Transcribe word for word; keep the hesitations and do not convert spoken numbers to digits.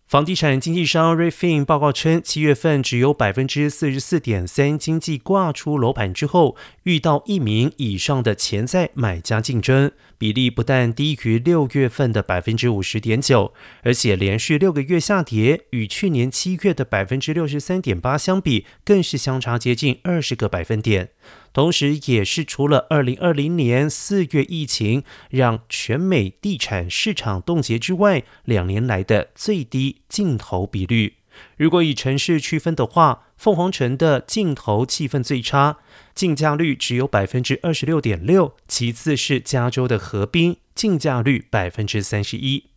房地产经纪商 Redfin 报告称，七月份只有 百分之四十四点三 经纪挂出楼盘之后，遇到一名以上的潜在买家竞争，比例不但低于六月份的 百分之五十点九， 而且连续六个月下跌，与去年七月的 百分之六十三点八 相比，更是相差接近二十个百分点。同时也是除了二零二零年四月疫情让全美地产市场冻结之外，两年来的最低竞投比率。如果以城市区分的话，凤凰城的竞投气氛最差，竞价率只有 百分之二十六点六， 其次是加州的河滨，竞价率 百分之三十一。